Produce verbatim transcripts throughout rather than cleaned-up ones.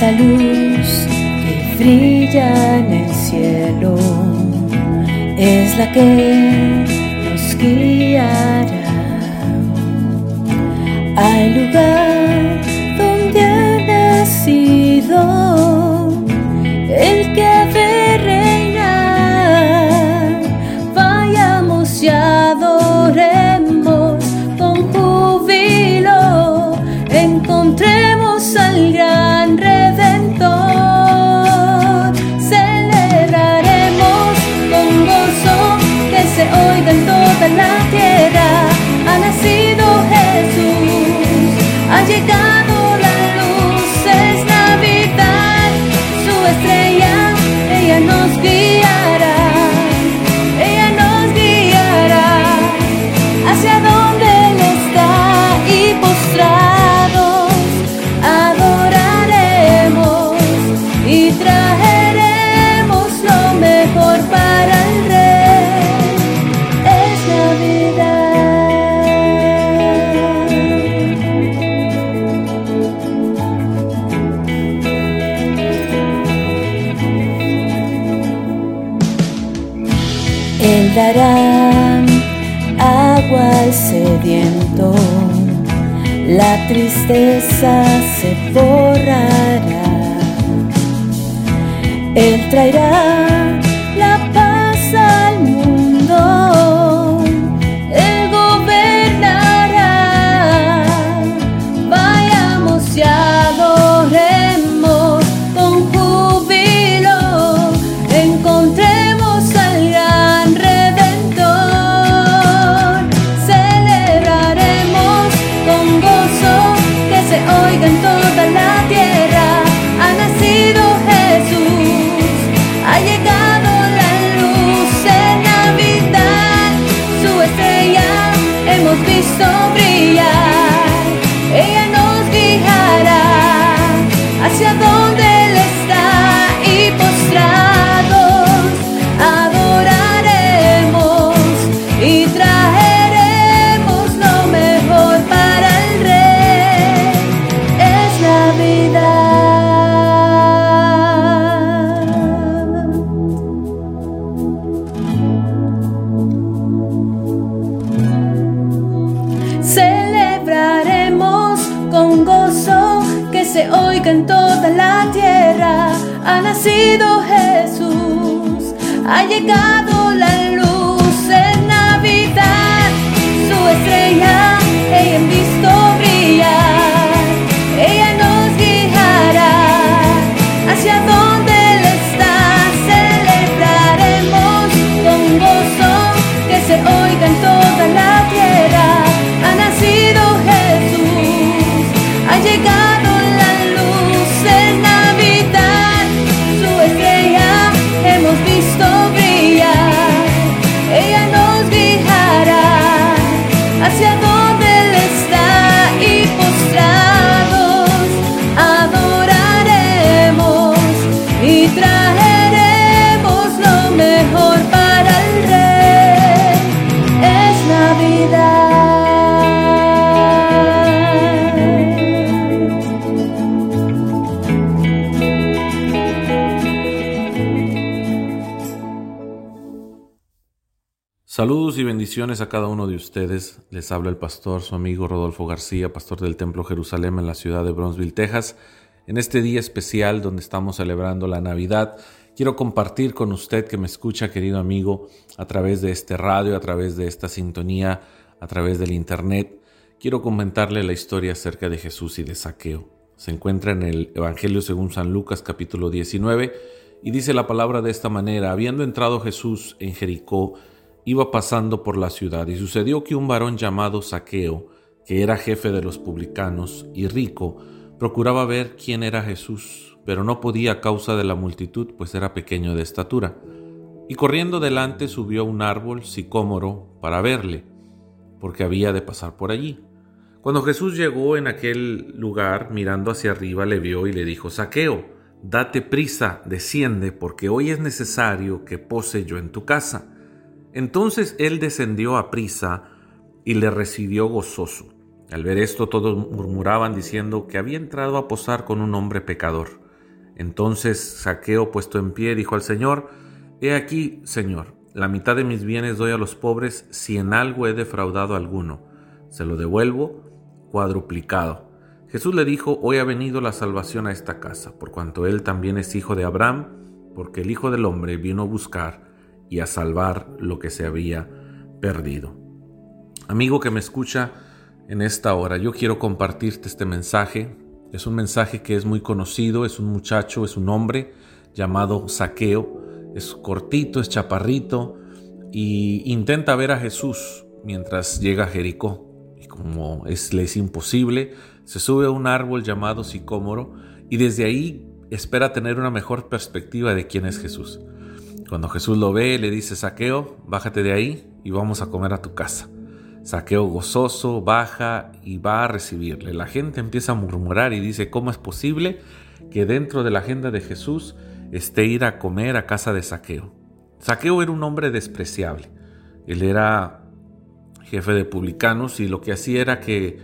esa luz que brilla en el cielo es la que nos guiará al lugar donde ha nacido el que ha de reinar. Vayamos y adoremos con júbilo, encontremos al gran Redentor. Celebraremos con gozo que se oiga en toda la tierra. Ha nacido Jesús, ha llegado la luz, es Navidad, su estrella, ella nos guiará, ella nos guiará hacia donde Él está, y postrados adoraremos y traeremos lo mejor para el Rey. Es Navidad. Él dará agua al sediento, la tristeza se borrará. Él traerá la paz al mundo, Él gobernará. Vayamos y adoremos con júbilo, encontremos al gran Redentor. Celebraremos con gozo que se oiga en toda la tierra. Ha nacido Jesús, ha llegado la luz en Navidad, su estrella hemos visto brillar, ella nos guiará hacia donde Él está, y postrados adoraremos y traeremos lo mejor para el Rey. Es Navidad. Celebraremos con gozo que se oiga en toda la tierra. Ha nacido Jesús, ha llegado la luz en Navidad, su estrella ella han visto brillar, ella nos guiará hacia donde Él está. Celebraremos con gozo que se oiga en toda la tierra. Ha nacido Jesús, ha llegado la luz en Navidad, su estrella hemos visto brillar, ella nos guiará hacia donde Él está, y postrados adoraremos y traeremos lo mejor para el Rey. Es Navidad. Saludos y bendiciones a cada uno de ustedes. Les habla el pastor, su amigo Rodolfo García, pastor del Templo Jerusalén en la ciudad de Brownsville, Texas. En este día especial donde estamos celebrando la Navidad, quiero compartir con usted que me escucha, querido amigo, a través de este radio, a través de esta sintonía, a través del internet. Quiero comentarle la historia acerca de Jesús y de Zaqueo. Se encuentra en el Evangelio según San Lucas, capítulo diecinueve, y dice la palabra de esta manera: habiendo entrado Jesús en Jericó, iba pasando por la ciudad, y sucedió que un varón llamado Zaqueo, que era jefe de los publicanos y rico, procuraba ver quién era Jesús, pero no podía a causa de la multitud, pues era pequeño de estatura. Y corriendo delante subió a un árbol sicómoro para verle, porque había de pasar por allí. Cuando Jesús llegó en aquel lugar, mirando hacia arriba, le vio y le dijo: Zaqueo, date prisa, desciende, porque hoy es necesario que pose yo en tu casa. Entonces él descendió a prisa y le recibió gozoso. Al ver esto, todos murmuraban diciendo que había entrado a posar con un hombre pecador. Entonces Zaqueo, puesto en pie, dijo al Señor: He aquí, Señor, la mitad de mis bienes doy a los pobres, si en algo he defraudado a alguno, se lo devuelvo cuadruplicado. Jesús le dijo: Hoy ha venido la salvación a esta casa, por cuanto él también es hijo de Abraham, porque el Hijo del Hombre vino a buscar y a salvar lo que se había perdido. Amigo que me escucha en esta hora, yo quiero compartirte este mensaje. Es un mensaje que es muy conocido, es un muchacho, es un hombre llamado Zaqueo. Es cortito, es chaparrito y intenta ver a Jesús mientras llega a Jericó. Y como es, le es imposible, se sube a un árbol llamado sicómoro y desde ahí espera tener una mejor perspectiva de quién es Jesús. Cuando Jesús lo ve, le dice: Zaqueo, bájate de ahí y vamos a comer a tu casa. Zaqueo, gozoso, baja y va a recibirle. La gente empieza a murmurar y dice: ¿cómo es posible que dentro de la agenda de Jesús esté ir a comer a casa de Zaqueo? Zaqueo era un hombre despreciable. Él era jefe de publicanos y lo que hacía era que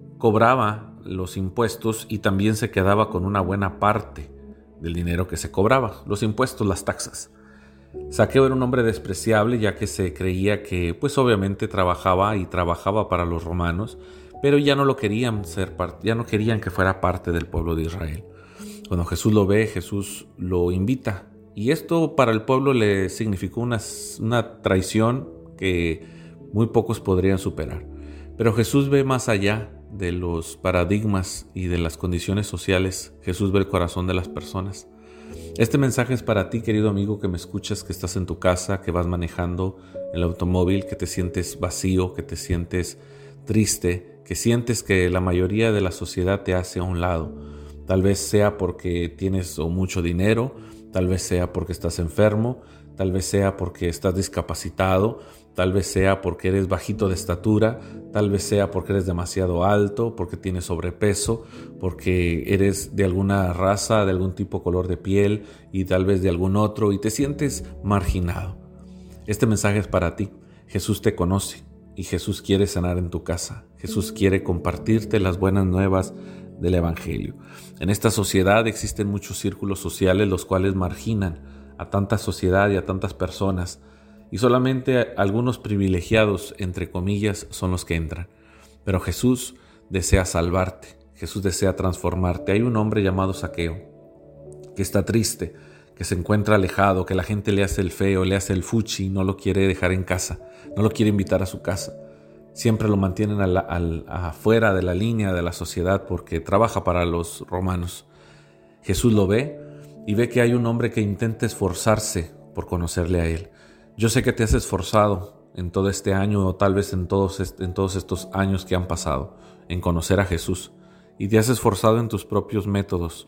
cobraba los impuestos y también se quedaba con una buena parte del dinero que se cobraba, los impuestos, las taxas. Zaqueo era un hombre despreciable, ya que se creía que pues obviamente trabajaba y trabajaba para los romanos, pero ya no lo querían ser parte, ya no querían que fuera parte del pueblo de Israel. Cuando Jesús lo ve, Jesús lo invita, y esto para el pueblo le significó una, una traición que muy pocos podrían superar. Pero Jesús ve más allá de los paradigmas y de las condiciones sociales. Jesús ve el corazón de las personas. Este mensaje es para ti, querido amigo que me escuchas, que estás en tu casa, que vas manejando el automóvil, que te sientes vacío, que te sientes triste, que sientes que la mayoría de la sociedad te hace a un lado. Tal vez sea porque tienes o mucho dinero, tal vez sea porque estás enfermo, tal vez sea porque estás discapacitado, tal vez sea porque eres bajito de estatura, tal vez sea porque eres demasiado alto, porque tienes sobrepeso, porque eres de alguna raza, de algún tipo de color de piel y tal vez de algún otro y te sientes marginado. Este mensaje es para ti. Jesús te conoce y Jesús quiere sanar en tu casa. Jesús quiere compartirte las buenas nuevas del Evangelio. En esta sociedad existen muchos círculos sociales los cuales marginan a tanta sociedad y a tantas personas, y solamente algunos privilegiados, entre comillas, son los que entran. Pero Jesús desea salvarte, Jesús desea transformarte. Hay un hombre llamado Zaqueo que está triste, que se encuentra alejado, que la gente le hace el feo, le hace el fuchi, no lo quiere dejar en casa, no lo quiere invitar a su casa. Siempre lo mantienen a la, a, afuera de la línea de la sociedad porque trabaja para los romanos. Jesús lo ve y ve que hay un hombre que intenta esforzarse por conocerle a él. Yo sé que te has esforzado en todo este año o tal vez en todos, en todos estos años que han pasado en conocer a Jesús, y te has esforzado en tus propios métodos,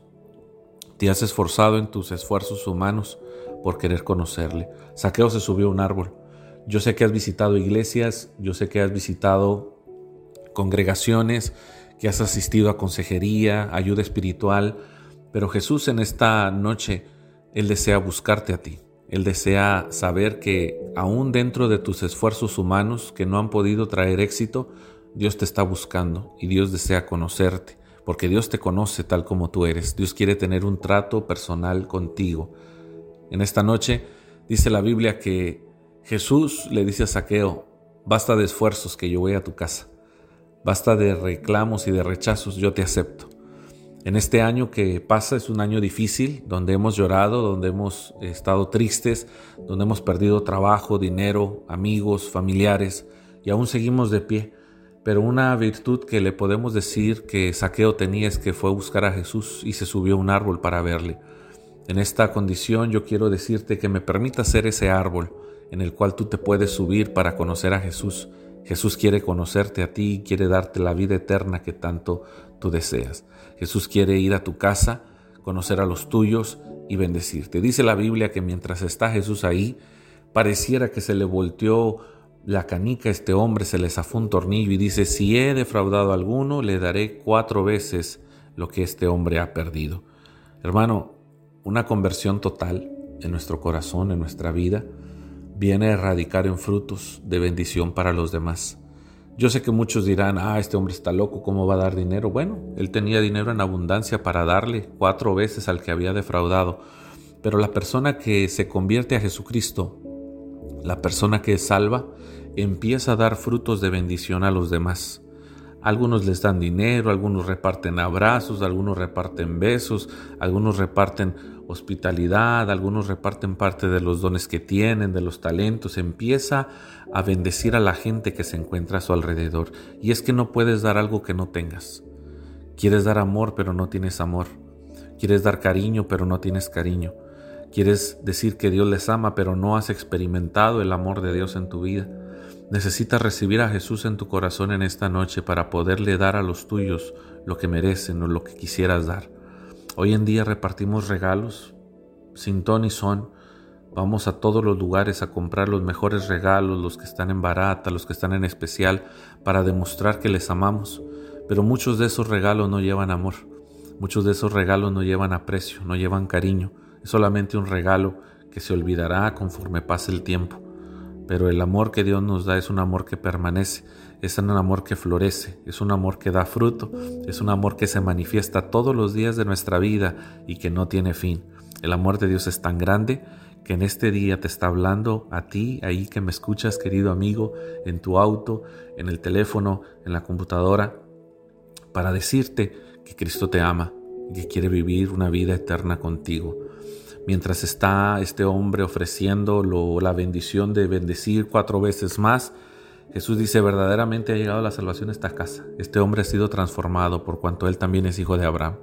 te has esforzado en tus esfuerzos humanos por querer conocerle. Zaqueo se subió a un árbol. Yo sé que has visitado iglesias, yo sé que has visitado congregaciones, que has asistido a consejería, ayuda espiritual, pero Jesús en esta noche, Él desea buscarte a ti. Él desea saber que aún dentro de tus esfuerzos humanos que no han podido traer éxito, Dios te está buscando y Dios desea conocerte, porque Dios te conoce tal como tú eres. Dios quiere tener un trato personal contigo. En esta noche dice la Biblia que Jesús le dice a Zaqueo: basta de esfuerzos que yo voy a tu casa, basta de reclamos y de rechazos, yo te acepto. En este año que pasa es un año difícil, donde hemos llorado, donde hemos estado tristes, donde hemos perdido trabajo, dinero, amigos, familiares, y aún seguimos de pie. Pero una virtud que le podemos decir que Zaqueo tenía es que fue a buscar a Jesús y se subió a un árbol para verle. En esta condición yo quiero decirte que me permita ser ese árbol en el cual tú te puedes subir para conocer a Jesús. Jesús quiere conocerte a ti y quiere darte la vida eterna que tanto tú deseas. Jesús quiere ir a tu casa, conocer a los tuyos y bendecirte. Dice la Biblia que mientras está Jesús ahí, pareciera que se le volteó la canica a este hombre, se le zafó un tornillo y dice: si he defraudado a alguno, le daré cuatro veces lo que este hombre ha perdido. Hermano, una conversión total en nuestro corazón, en nuestra vida, viene a erradicar en frutos de bendición para los demás. Yo sé que muchos dirán, ah, este hombre está loco, ¿cómo va a dar dinero? Bueno, él tenía dinero en abundancia para darle cuatro veces al que había defraudado. Pero la persona que se convierte a Jesucristo, la persona que es salva, empieza a dar frutos de bendición a los demás. Algunos les dan dinero, algunos reparten abrazos, algunos reparten besos, algunos reparten hospitalidad, algunos reparten parte de los dones que tienen, de los talentos. Empieza a bendecir a la gente que se encuentra a su alrededor. Y es que no puedes dar algo que no tengas. Quieres dar amor, pero no tienes amor. Quieres dar cariño, pero no tienes cariño. Quieres decir que Dios les ama, pero no has experimentado el amor de Dios en tu vida. Necesitas recibir a Jesús en tu corazón en esta noche para poderle dar a los tuyos lo que merecen o lo que quisieras dar. Hoy en día repartimos regalos sin ton ni son. Vamos a todos los lugares a comprar los mejores regalos, los que están en barata, los que están en especial, para demostrar que les amamos. Pero muchos de esos regalos no llevan amor. Muchos de esos regalos no llevan aprecio, no llevan cariño. Es solamente un regalo que se olvidará conforme pase el tiempo. Pero el amor que Dios nos da es un amor que permanece, es un amor que florece, es un amor que da fruto, es un amor que se manifiesta todos los días de nuestra vida y que no tiene fin. El amor de Dios es tan grande que en este día te está hablando a ti, ahí que me escuchas, querido amigo, en tu auto, en el teléfono, en la computadora, para decirte que Cristo te ama y que quiere vivir una vida eterna contigo. Mientras está este hombre ofreciendo lo, la bendición de bendecir cuatro veces más, Jesús dice, verdaderamente ha llegado la salvación a esta casa. Este hombre ha sido transformado por cuanto él también es hijo de Abraham.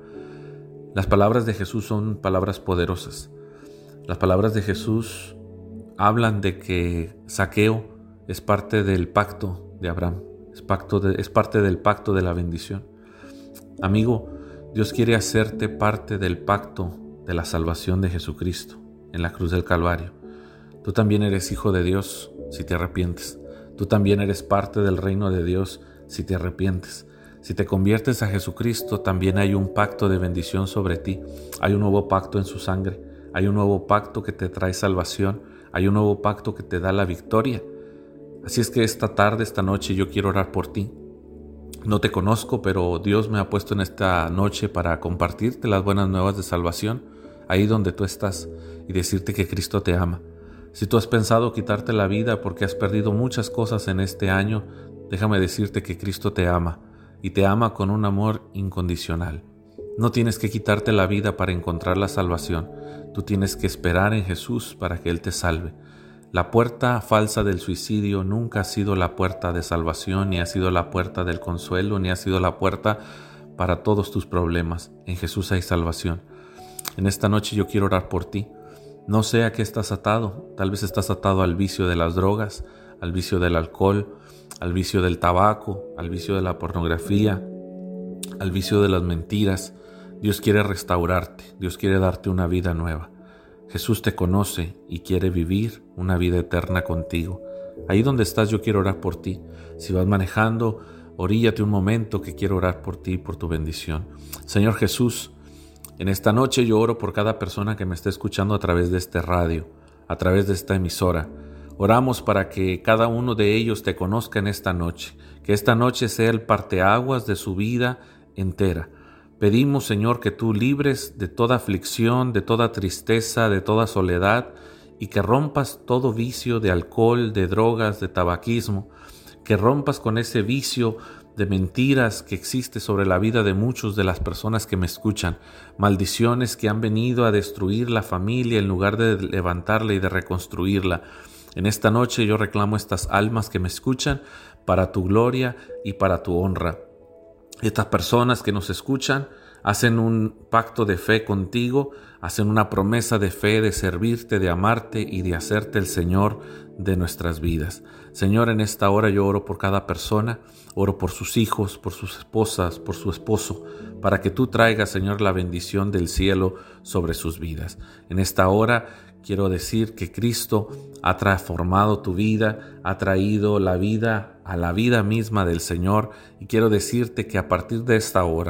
Las palabras de Jesús son palabras poderosas. Las palabras de Jesús hablan de que Zaqueo es parte del pacto de Abraham, es, pacto de, es parte del pacto de la bendición. Amigo, Dios quiere hacerte parte del pacto de la salvación de Jesucristo en la cruz del Calvario. Tú también eres hijo de Dios si te arrepientes. Tú también eres parte del reino de Dios si te arrepientes. Si te conviertes a Jesucristo, también hay un pacto de bendición sobre ti. Hay un nuevo pacto en su sangre. Hay un nuevo pacto que te trae salvación. Hay un nuevo pacto que te da la victoria. Así es que esta tarde, esta noche, yo quiero orar por ti. No te conozco, pero Dios me ha puesto en esta noche para compartirte las buenas nuevas de salvación, ahí donde tú estás, y decirte que Cristo te ama. Si tú has pensado quitarte la vida porque has perdido muchas cosas en este año, déjame decirte que Cristo te ama, y te ama con un amor incondicional. No tienes que quitarte la vida para encontrar la salvación, tú tienes que esperar en Jesús para que Él te salve. La puerta falsa del suicidio nunca ha sido la puerta de salvación, ni ha sido la puerta del consuelo, ni ha sido la puerta para todos tus problemas. En Jesús hay salvación. En esta noche yo quiero orar por ti. No sé a qué estás atado. Tal vez estás atado al vicio de las drogas, al vicio del alcohol, al vicio del tabaco, al vicio de la pornografía, al vicio de las mentiras. Dios quiere restaurarte. Dios quiere darte una vida nueva. Jesús te conoce y quiere vivir una vida eterna contigo. Ahí donde estás yo quiero orar por ti. Si vas manejando, oríllate un momento que quiero orar por ti y por tu bendición. Señor Jesús, en esta noche yo oro por cada persona que me está escuchando a través de este radio, a través de esta emisora. Oramos para que cada uno de ellos te conozca en esta noche, que esta noche sea el parteaguas de su vida entera. Pedimos, Señor, que tú libres de toda aflicción, de toda tristeza, de toda soledad, y que rompas todo vicio de alcohol, de drogas, de tabaquismo, que rompas con ese vicio de mentiras que existe sobre la vida de muchos de las personas que me escuchan, maldiciones que han venido a destruir la familia en lugar de levantarla y de reconstruirla. En esta noche yo reclamo estas almas que me escuchan para tu gloria y para tu honra. Estas personas que nos escuchan hacen un pacto de fe contigo, hacen una promesa de fe de servirte, de amarte y de hacerte el Señor de nuestras vidas. Señor, en esta hora yo oro por cada persona, oro por sus hijos, por sus esposas, por su esposo, para que tú traigas, Señor, la bendición del cielo sobre sus vidas. En esta hora quiero decir que Cristo ha transformado tu vida, ha traído la vida a la vida misma del Señor, y quiero decirte que a partir de esta hora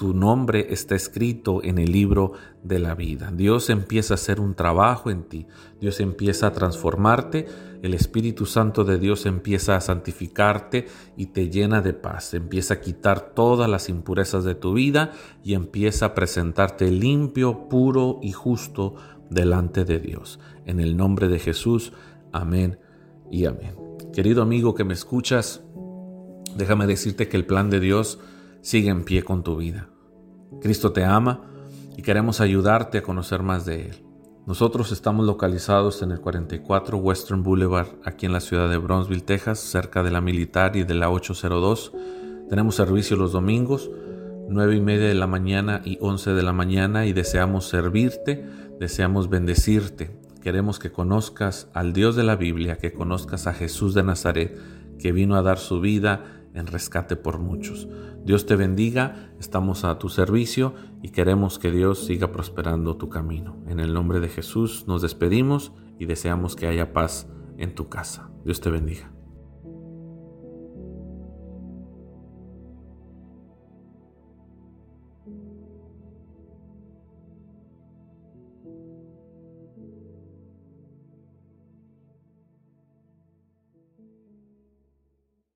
tu nombre está escrito en el libro de la vida. Dios empieza a hacer un trabajo en ti. Dios empieza a transformarte. El Espíritu Santo de Dios empieza a santificarte y te llena de paz. Empieza a quitar todas las impurezas de tu vida y empieza a presentarte limpio, puro y justo delante de Dios. En el nombre de Jesús, amén y amén. Querido amigo que me escuchas, déjame decirte que el plan de Dios sigue en pie con tu vida. Cristo te ama y queremos ayudarte a conocer más de Él. Nosotros estamos localizados en el cuarenta y cuatro Western Boulevard, aquí en la ciudad de Brownsville, Texas, cerca de la Militar y de la ocho cero dos. Tenemos servicio los domingos, nueve y media de la mañana y once de la mañana, y deseamos servirte, deseamos bendecirte. Queremos que conozcas al Dios de la Biblia, que conozcas a Jesús de Nazaret, que vino a dar su vida en rescate por muchos. Dios te bendiga, estamos a tu servicio y queremos que Dios siga prosperando tu camino. En el nombre de Jesús nos despedimos y deseamos que haya paz en tu casa. Dios te bendiga. Thank you.